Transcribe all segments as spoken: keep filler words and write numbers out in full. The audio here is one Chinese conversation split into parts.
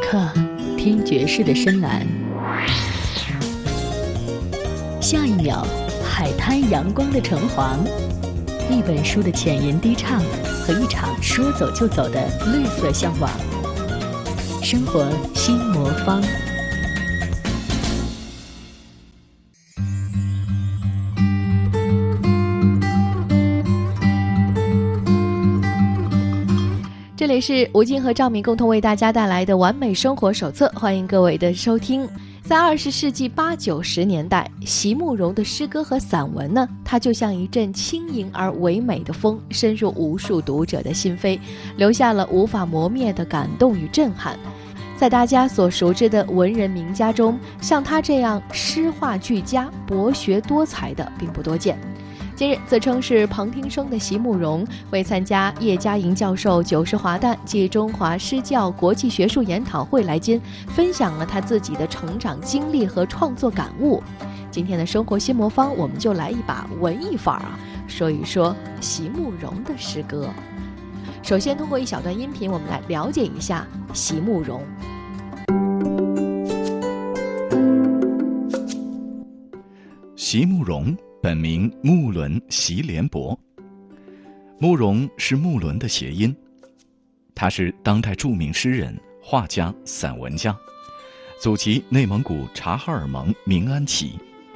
刻，听爵士的深蓝。下一秒，海滩阳光的橙黄，一本书的浅吟低唱和一场说走就走的绿色向往。生活新魔方。这里是吴京和赵敏共同为大家带来的完美生活手册，欢迎各位的收听。在二十世纪八九十年代，席慕容的诗歌和散文呢，它就像一阵轻盈而唯美的风，深入无数读者的心扉，留下了无法磨灭的感动与震撼。在大家所熟知的文人名家中，像他这样诗画俱佳、博学多才的并不多见。近日，自称是旁听生的席慕容为参加叶嘉莹教授九十华诞暨中华诗教国际学术研讨会来津，分享了他自己的成长经历和创作感悟。今天的生活新魔方，我们就来一把文艺范儿啊，说一说席慕容的诗歌。首先，通过一小段音频，我们来了解一下席慕容。 席慕容本名木伦席联博，慕容是木伦的谐音。他是当代著名诗人、画家、散文家，祖籍内蒙古察哈尔盟明安旗。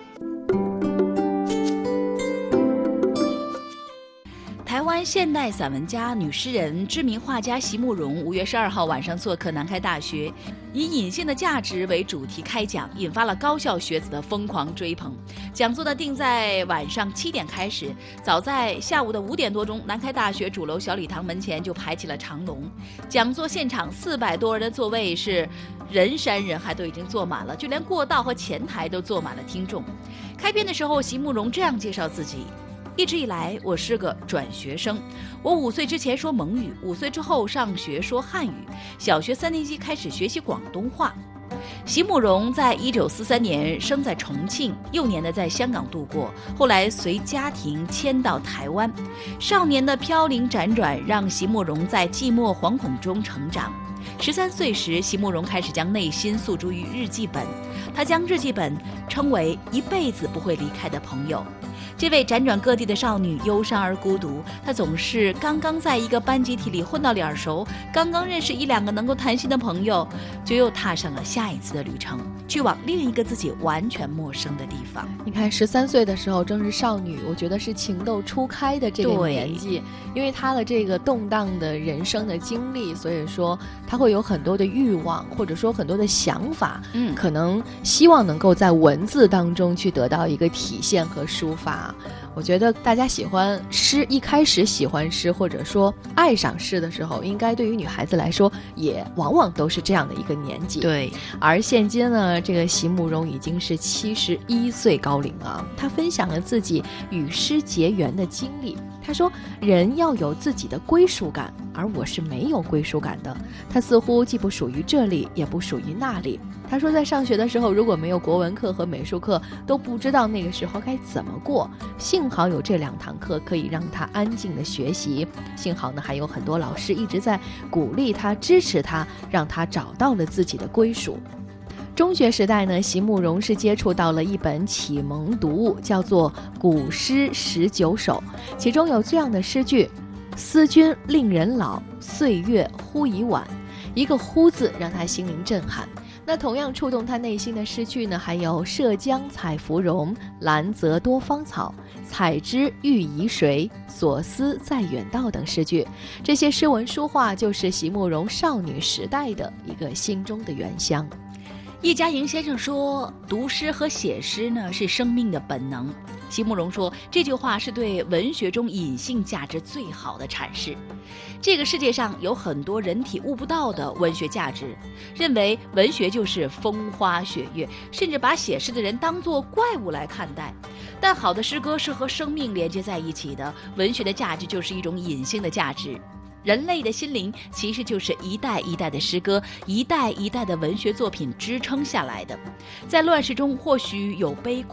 台湾现代散文家、女诗人、知名画家席慕容五月十二号晚上做客南开大学，以隐性的价值为主题开讲，引发了高校学子的疯狂追捧。讲座呢定在晚上七点开始，早在下午的五点多钟，南开大学主楼小礼堂门前就排起了长龙。讲座现场四百多人的座位是人山人海，都已经坐满了，就连过道和前台都坐满了听众。开篇的时候，席慕容这样介绍自己。一直以来，我是个转学生。我五岁之前说蒙语，五岁之后上学说汉语，小学三年级开始学习广东话。席慕容在一九四三年生在重庆，幼年的在香港度过，后来随家庭迁到台湾。少年的飘零辗转让席慕容在寂寞惶恐中成长。十三岁时，席慕容开始将内心诉诸于日记本，他将日记本称为一辈子不会离开的朋友。这位辗转各地的少女忧伤而孤独，她总是刚刚在一个班集体里混到脸熟，刚刚认识一两个能够谈心的朋友，就又踏上了下一次的旅程，去往另一个自己完全陌生的地方。 你看，十三岁的时候正是少女，我觉得是情窦初开的这个年纪，因为她的这个动荡的人生的经历，所以说她会有很多的欲望，或者说很多的想法，嗯，可能希望能够在文字当中去得到一个体现和抒发。我觉得大家喜欢诗，一开始喜欢诗或者说爱上诗的时候，应该对于女孩子来说也往往都是这样的一个年纪。 对， 而现今呢，这个席慕容已经是七十一岁高龄啊，他分享了自己与诗结缘的经历。他说，人要有自己的归属感，而我是没有归属感的。他似乎既不属于这里，也不属于那里。他说，在上学的时候，如果没有国文课和美术课，都不知道那个时候该怎么过。幸好有这两堂课可以让他安静的学习，幸好呢还有很多老师一直在鼓励他、支持他，让他找到了自己的归属。中学时代呢，席慕容是接触到了一本启蒙读物，叫做《古诗十九首》，其中有这样的诗句：思君令人老，岁月忽已晚。一个忽字让他心灵震撼。那同样触动他内心的诗句呢，还有涉江采芙蓉，兰泽多芳草，采之欲遗谁，所思在远道等诗句。这些诗文书画就是席慕容少女时代的一个心中的原乡。 叶嘉莹先生说，读诗和写诗呢是生命的本能。席慕容说，这句话是对文学中隐性价值最好的阐释。这个世界上有很多人体悟不到的文学价值，认为文学就是风花雪月，甚至把写诗的人当作怪物来看待。但好的诗歌是和生命连接在一起的，文学的价值就是一种隐性的价值。人类的心灵其实就是一代一代的诗歌，一代一代的文学作品支撑下来的。在乱世中或许有悲苦，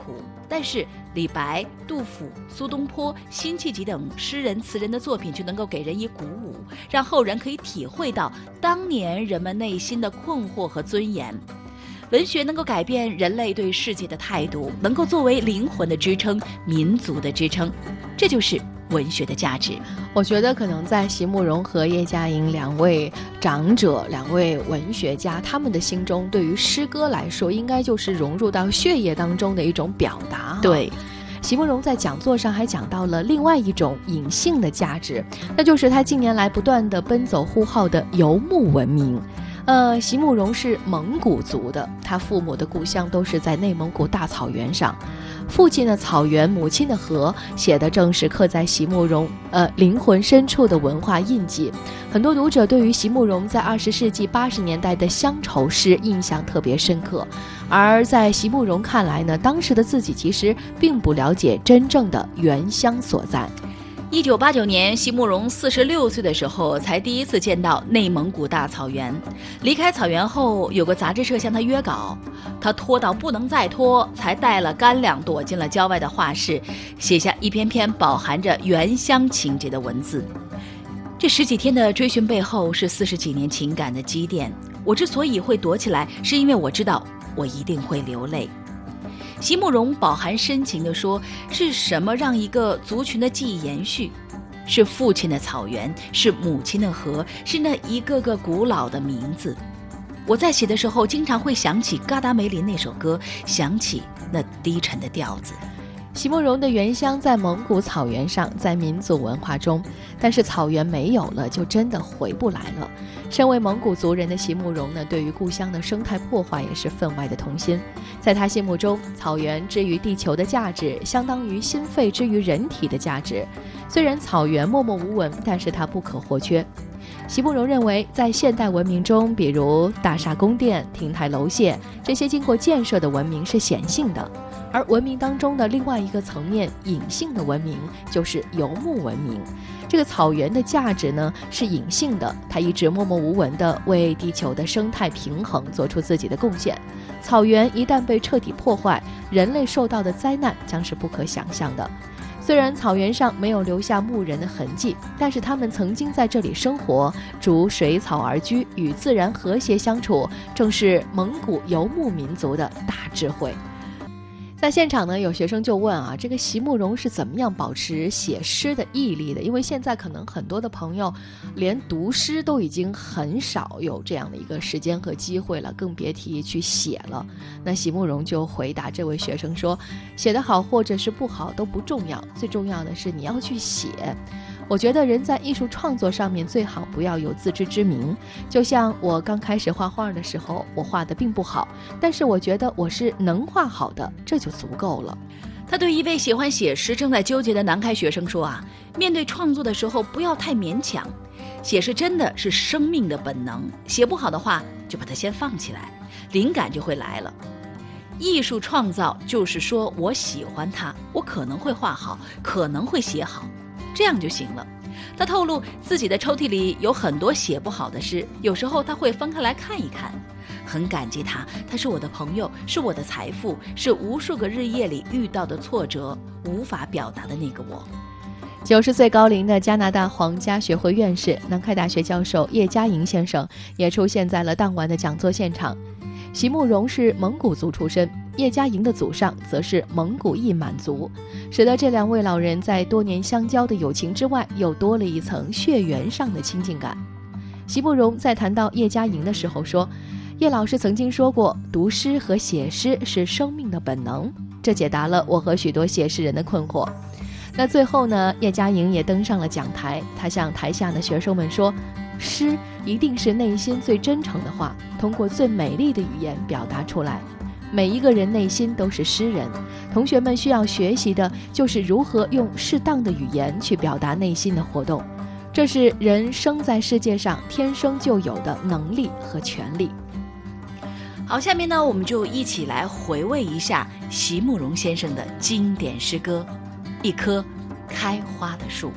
但是李白、杜甫、苏东坡、辛弃疾等诗人词人的作品却能够给人以鼓舞，让后人可以体会到当年人们内心的困惑和尊严。文学能够改变人类对世界的态度，能够作为灵魂的支撑、民族的支撑，这就是文学的价值。 我觉得可能在席慕容和叶嘉莹两位长者、两位文学家，他们的心中对于诗歌来说，应该就是融入到血液当中的一种表达。 对， 席慕容在讲座上还讲到了另外一种隐性的价值，那就是他近年来不断地奔走呼号的游牧文明。呃，席慕容是蒙古族的，他父母的故乡都是在内蒙古大草原上，父亲的草原，母亲的河，写的正是刻在席慕容呃灵魂深处的文化印记。很多读者对于席慕容在二十世纪八十年代的乡愁诗印象特别深刻，而在席慕容看来呢，当时的自己其实并不了解真正的原乡所在。 一九八九年，席慕容四十六岁的时候，才第一次见到内蒙古大草原。离开草原后，有个杂志社向他约稿，他拖到不能再拖，才带了干粮躲进了郊外的画室，写下一篇篇饱含着原乡情节的文字。这十几天的追寻背后，是四十几年情感的积淀。我之所以会躲起来，是因为我知道我一定会流泪。席慕容饱含深情地说，是什么让一个族群的记忆延续？是父亲的草原，是母亲的河，是那一个个古老的名字。我在写的时候经常会想起嘎达梅林那首歌，想起那低沉的调子。 席慕容的原乡在蒙古草原上，在民族文化中，但是草原没有了，就真的回不来了。身为蒙古族人的席慕容呢，对于故乡的生态破坏也是分外的痛心。在他心目中，草原之于地球的价值，相当于心肺之于人体的价值。虽然草原默默无闻，但是它不可或缺。席慕容认为，在现代文明中，比如大厦宫殿、亭台楼榭，这些经过建设的文明是显性的，而文明当中的另外一个层面，隐性的文明，就是游牧文明。这个草原的价值呢，是隐性的，它一直默默无闻地为地球的生态平衡做出自己的贡献。草原一旦被彻底破坏，人类受到的灾难将是不可想象的。虽然草原上没有留下牧人的痕迹，但是他们曾经在这里生活，逐水草而居，与自然和谐相处，正是蒙古游牧民族的大智慧。在现场呢，有学生就问啊，这个席慕容是怎么样保持写诗的毅力的？因为现在可能很多的朋友连读诗都已经很少有这样的一个时间和机会了，更别提去写了。那席慕容就回答这位学生说，写得好或者是不好都不重要，最重要的是你要去写。我觉得人在艺术创作上面最好不要有自知之明，就像我刚开始画画的时候，我画的并不好，但是我觉得我是能画好的，这就足够了。 他对一位喜欢写诗正在纠结的南开学生说啊，面对创作的时候不要太勉强，写诗真的是生命的本能，写不好的话就把它先放起来，灵感就会来了。艺术创造就是说我喜欢它，我可能会画好，可能会写好，这样就行了。他透露自己的抽屉里有很多写不好的诗，有时候他会翻开来看一看，很感激他，他是我的朋友，是我的财富，是无数个日夜里遇到的挫折无法表达的那个我。 九十岁高龄的加拿大皇家学会院士、南开大学教授叶嘉莹先生也出现在了当晚的讲座现场。席慕容是蒙古族出身，叶嘉莹的祖上则是蒙古裔满族，使得这两位老人在多年相交的友情之外，又多了一层血缘上的亲近感。席慕容在谈到叶嘉莹的时候说，叶老师曾经说过，读诗和写诗是生命的本能，这解答了我和许多写诗人的困惑。那最后呢，叶嘉莹也登上了讲台，她向台下的学生们说，诗一定是内心最真诚的话，通过最美丽的语言表达出来。每一个人内心都是诗人，同学们需要学习的就是如何用适当的语言去表达内心的活动，这是人生在世界上天生就有的能力和权利。 好，下面呢，我们就一起来回味一下席慕容先生的经典诗歌《一棵开花的树》。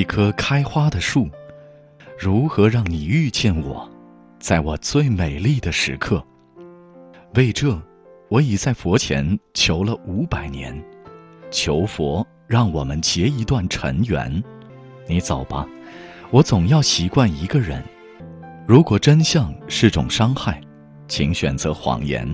一棵开花的树，如何让你遇见我，在我最美丽的时刻。为这，我已在佛前求了五百年，求佛让我们结一段尘缘。你走吧，我总要习惯一个人。如果真相是种伤害，请选择谎言。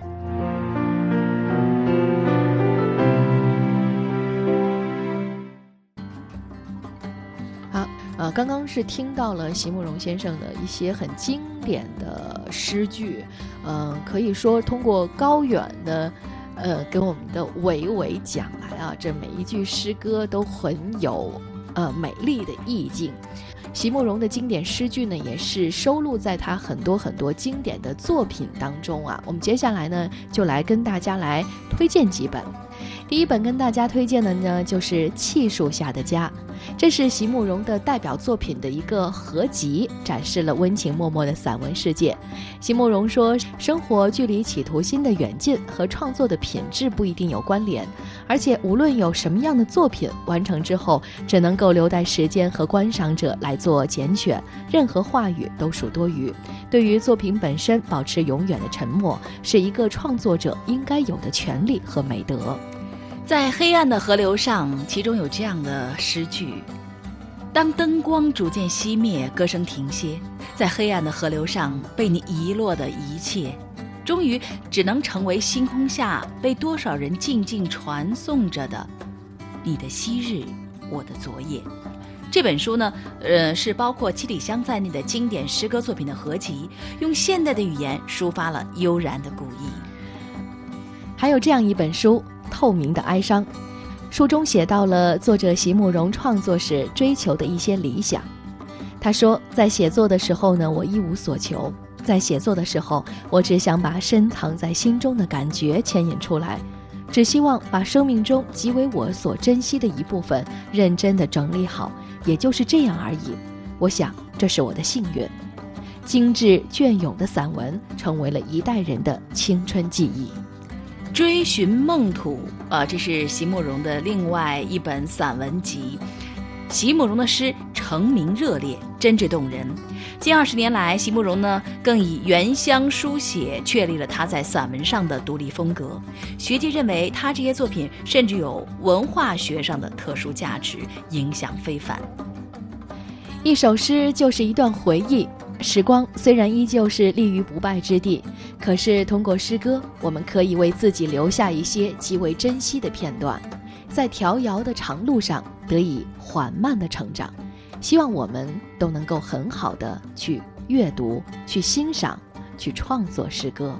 呃，刚刚是听到了席慕容先生的一些很经典的诗句，呃，可以说通过高远的，呃，跟我们的娓娓讲来啊，这每一句诗歌都很有呃美丽的意境。席慕容的经典诗句呢，也是收录在他很多很多经典的作品当中啊。我们接下来呢，就来跟大家来推荐几本。第一本跟大家推荐的呢，就是《气树下的家》。这是席慕容的代表作品的一个合集，展示了温情脉脉的散文世界。席慕容说，生活距离企图心的远近和创作的品质不一定有关联，而且无论有什么样的作品完成之后，只能够留待时间和观赏者来做拣选，任何话语都属多余。对于作品本身保持永远的沉默，是一个创作者应该有的权利和美德。 在黑暗的河流上，其中有这样的诗句：当灯光逐渐熄灭，歌声停歇，在黑暗的河流上被你遗落的一切，终于只能成为星空下被多少人静静传颂着的你的昔日，我的昨夜。这本书呢，呃，是包括七里香在内的经典诗歌作品的合集，用现代的语言抒发了悠然的古意。 还有这样一本书，透明的哀伤，书中写到了作者席慕容创作时追求的一些理想。他说，在写作的时候呢，我一无所求，在写作的时候，我只想把深藏在心中的感觉牵引出来，只希望把生命中极为我所珍惜的一部分认真地整理好，也就是这样而已。我想这是我的幸运。精致隽永的散文成为了一代人的青春记忆。 追寻梦土，呃，这是席慕容的另外一本散文集。席慕容的诗成名热烈，真挚动人。近二十年来，席慕容呢更以原乡书写确立了他在散文上的独立风格。学界认为他这些作品甚至有文化学上的特殊价值，影响非凡。 一首诗就是一段回忆，时光虽然依旧是立于不败之地，可是通过诗歌，我们可以为自己留下一些极为珍惜的片段，在迢遥的长路上得以缓慢的成长。希望我们都能够很好的去阅读、去欣赏、去创作诗歌。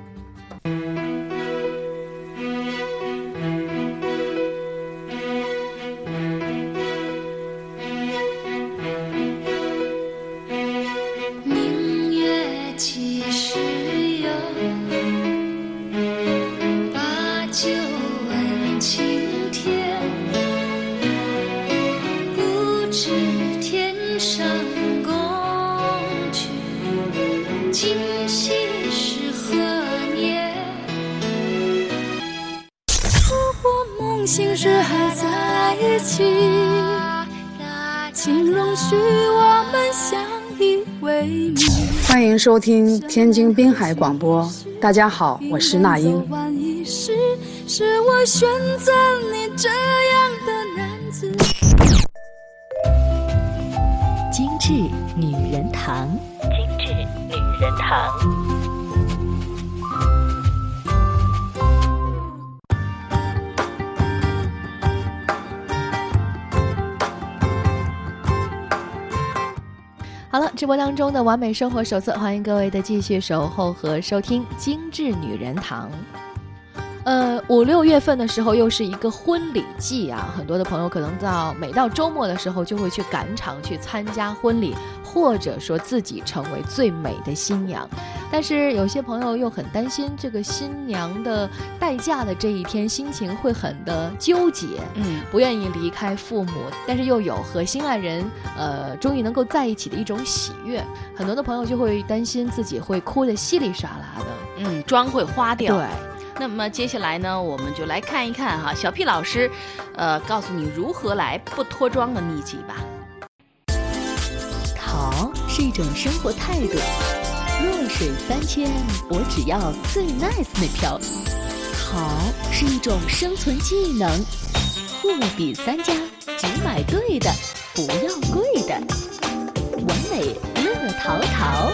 心事还在一起，请容许我们相依为命。 欢迎收听天津滨海广播，大家好，我是那英。 是我选择你这样的男子。 精致女人堂，精致女人堂。 好了，直播当中的完美生活手册，欢迎各位的继续守候和收听精致女人堂。呃，五六月份的时候又是一个婚礼季啊，很多的朋友可能到每到周末的时候就会去赶场去参加婚礼，或者说自己成为最美的新娘。但是有些朋友又很担心这个新娘的待嫁的这一天，心情会很的纠结，嗯，不愿意离开父母，但是又有和心爱人呃终于能够在一起的一种喜悦。很多的朋友就会担心自己会哭得稀里哗啦的， 嗯，妆会花掉。 对。 那么接下来呢，我们就来看一看哈，小 P 老师，呃，告诉你如何来不脱妆的秘籍吧。 是一种生活态度。弱水三千，我只要最 nice 那瓢。好是一种生存技能。货比三家，只买对的，不要贵的。完美乐淘淘。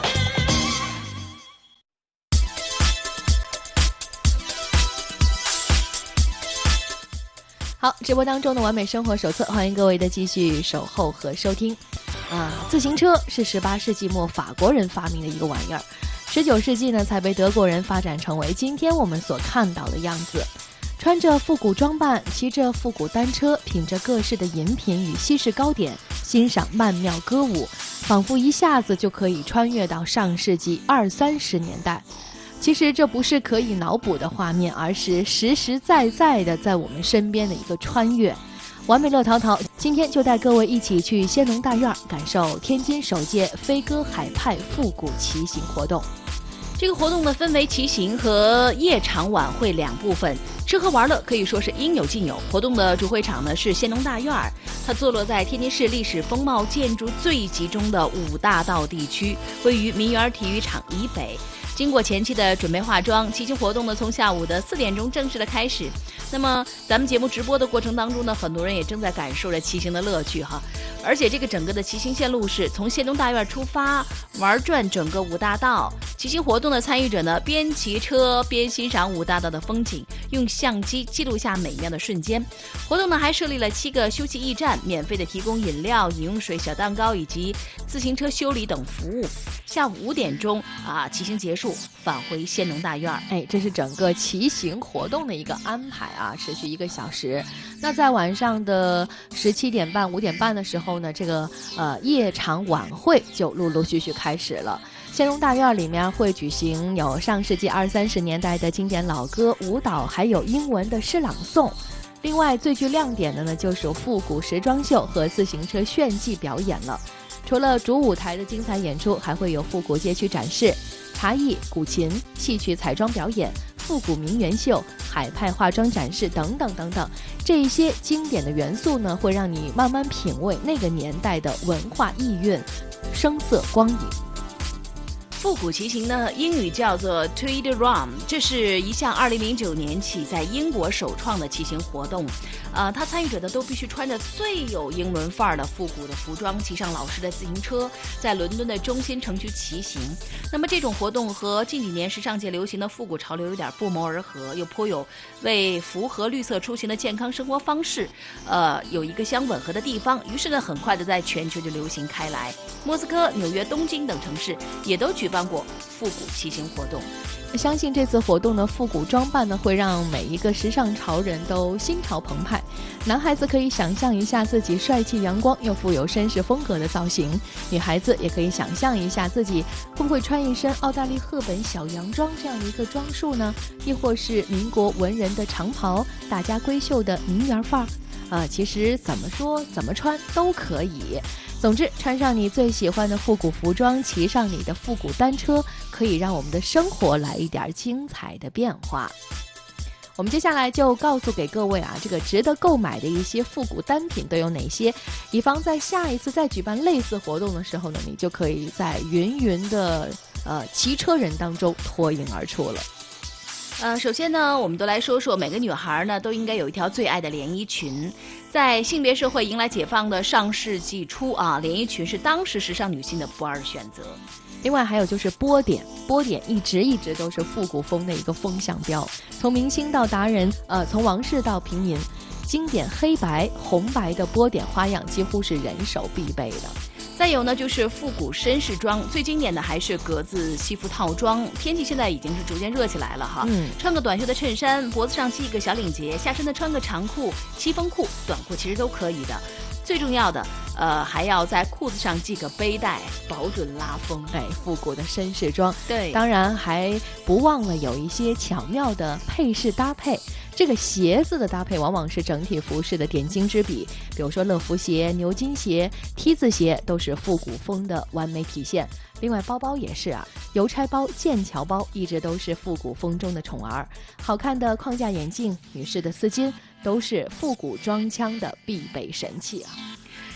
好，直播当中的完美生活手册，欢迎各位的继续守候和收听。啊，自行车是十八世纪末法国人发明的一个玩意儿，十九世纪呢才被德国人发展成为今天我们所看到的样子。穿着复古装扮，骑着复古单车，品着各式的饮品与西式糕点，欣赏曼妙歌舞，仿佛一下子就可以穿越到上世纪二三十年代。其实这不是可以脑补的画面，而是实实在在的在我们身边的一个穿越。完美乐淘淘今天就带各位一起去仙农大院，感受天津首届飞鸽海派复古骑行活动。 这个活动呢分为骑行和夜场晚会两部分，吃喝玩乐可以说是应有尽有。活动的主会场呢是仙农大院，它坐落在天津市历史风貌建筑最集中的五大道地区，位于民园体育场以北。经过前期的准备化妆，骑行活动呢从下午的四点钟正式的开始。那么咱们节目直播的过程当中呢，很多人也正在感受着骑行的乐趣哈。而且这个整个的骑行线路是从仙农大院出发，玩转整个五大道。骑行活动的参与者呢，边骑车边欣赏五大道的风景，用相机记录下美妙的瞬间。活动呢还设立了七个休息驿站，免费的提供饮料、饮用水、小蛋糕以及自行车修理等服务。下午五点钟啊，骑行结束，返回仙农大院。 哎，这是整个骑行活动的一个安排啊，持续一个小时。那在晚上的十七点半、五点半的时候呢，这个呃夜场晚会就陆陆续续开始了。仙农大院里面会举行有上世纪二三十年代的经典老歌、舞蹈，还有英文的诗朗诵。另外最具亮点的呢，就是复古时装秀和自行车炫技表演了。除了主舞台的精彩演出，还会有复古街区展示、茶艺、古琴、戏曲彩妆表演、复古名媛秀、海派化妆展示等等等等。这一些经典的元素呢，会让你慢慢品味那个年代的文化意蕴、声色光影。 复古骑行呢，英语叫做 Tweed Run， 这是一项二零零九年起在英国首创的骑行活动。呃，它参与者呢都必须穿着最有英伦范儿的复古的服装，骑上老式的自行车，在伦敦的中心城区骑行。那么这种活动和近几年时尚界流行的复古潮流有点不谋而合，又颇有为符合绿色出行的健康生活方式，呃，有一个相吻合的地方。于是呢，很快的在全球就流行开来。莫斯科、纽约、东京等城市也都举办过复古骑行活动。 相信这次活动的复古装扮呢，会让每一个时尚潮人都心潮澎湃。男孩子可以想象一下自己帅气阳光又富有绅士风格的造型，女孩子也可以想象一下自己会不会穿一身奥黛丽·赫本小洋装这样的一个装束呢？亦或是民国文人的长袍，大家闺秀的名媛范儿。呃，其实怎么说怎么穿都可以。总之，穿上你最喜欢的复古服装，骑上你的复古单车，可以让我们的生活来一点精彩的变化。我们接下来就告诉给各位啊，这个值得购买的一些复古单品都有哪些，以防在下一次再举办类似活动的时候呢，你就可以在芸芸的呃骑车人当中脱颖而出了。 呃，首先呢，我们都来说说每个女孩呢都应该有一条最爱的连衣裙。在性别社会迎来解放的上世纪初啊，连衣裙是当时时尚女性的不二选择。 另外还有就是波点，波点一直一直都是复古风的一个风向标，从明星到达人，呃，从王室到平民，经典黑白、红白的波点花样几乎是人手必备的。 再有呢，就是复古绅士装，最经典的还是格子西服套装。天气现在已经是逐渐热起来了哈，嗯，穿个短袖的衬衫，脖子上系一个小领结，下身呢穿个长裤、七分裤、短裤其实都可以的。最重要的，呃，还要在裤子上系个背带，保准拉风。 哎，复古的绅士装， 对， 当然还不忘了有一些巧妙的配饰搭配。这个鞋子的搭配往往是整体服饰的点睛之笔，比如说乐福鞋、牛津鞋、T 字鞋都是复古风的完美体现。另外包包也是啊，邮差包、剑桥包一直都是复古风中的宠儿。好看的框架眼镜、女士的丝巾都是复古装腔的必备神器啊。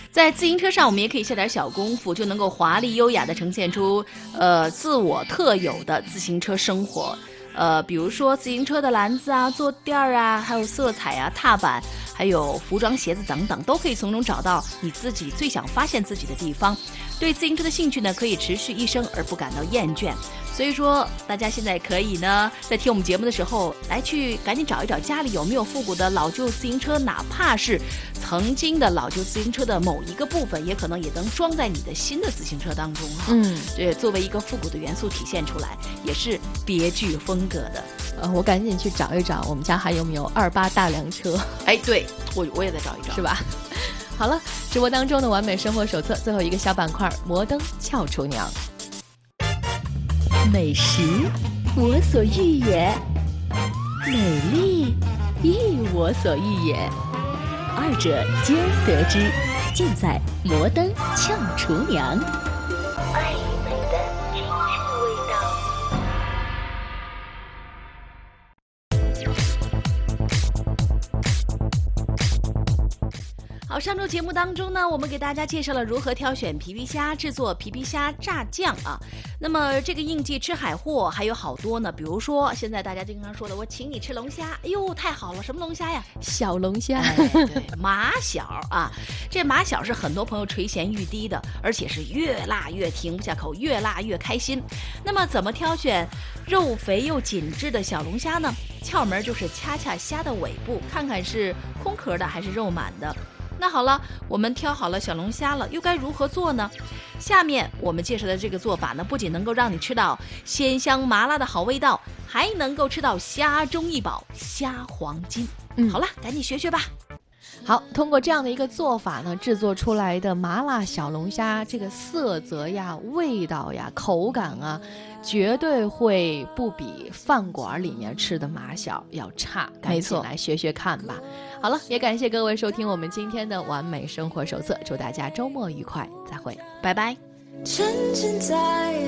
在自行车上，我们也可以下点小功夫，就能够华丽优雅地呈现出呃自我特有的自行车生活。呃，比如说自行车的篮子啊、坐垫儿啊，还有色彩啊、踏板，还有服装、鞋子等等，都可以从中找到你自己最想发现自己的地方。对自行车的兴趣呢，可以持续一生而不感到厌倦。所以说，大家现在可以呢，在听我们节目的时候，来去赶紧找一找家里有没有复古的老旧自行车，哪怕是曾经的老旧自行车的某一个部分，也可能也能装在你的新的自行车当中哈。 嗯， 这作为一个复古的元素体现出来，也是别具风格的。 呃，我赶紧去找一找，我们家还有没有二八大梁车？ 哎，对我我也在找一找， 是吧？好了，直播当中的完美生活手册最后一个小板块，摩登俏厨娘。 美食我所欲也，美丽亦我所欲也，二者兼得之，尽在摩登俏厨娘。爱美的精致味道。 好，上周节目当中呢，我们给大家介绍了如何挑选皮皮虾，制作皮皮虾炸酱啊。那么这个应季吃海货还有好多呢，比如说现在大家经常说的，我请你吃龙虾，哎呦太好了，什么龙虾呀？ 小龙虾， 哎、对，马小啊，这马小是很多朋友垂涎欲滴的，而且是越辣越停不下口，越辣越开心。那么怎么挑选肉肥又紧致的小龙虾呢？窍门就是掐掐虾的尾部，看看是空壳的还是肉满的。那好了，我们挑好了小龙虾了，又该如何做呢？下面我们介绍的这个做法呢，不仅能够让你吃到鲜香麻辣的好味道，还能够吃到虾中一宝虾黄金。嗯，好了，赶紧学学吧。 好，通过这样的一个做法呢，制作出来的麻辣小龙虾，这个色泽呀、味道呀、口感啊，绝对会不比饭馆里面吃的马小要差。赶紧来学学看吧。好了，也感谢各位收听我们今天的完美生活手册，祝大家周末愉快，再会， 拜拜。 沉浸在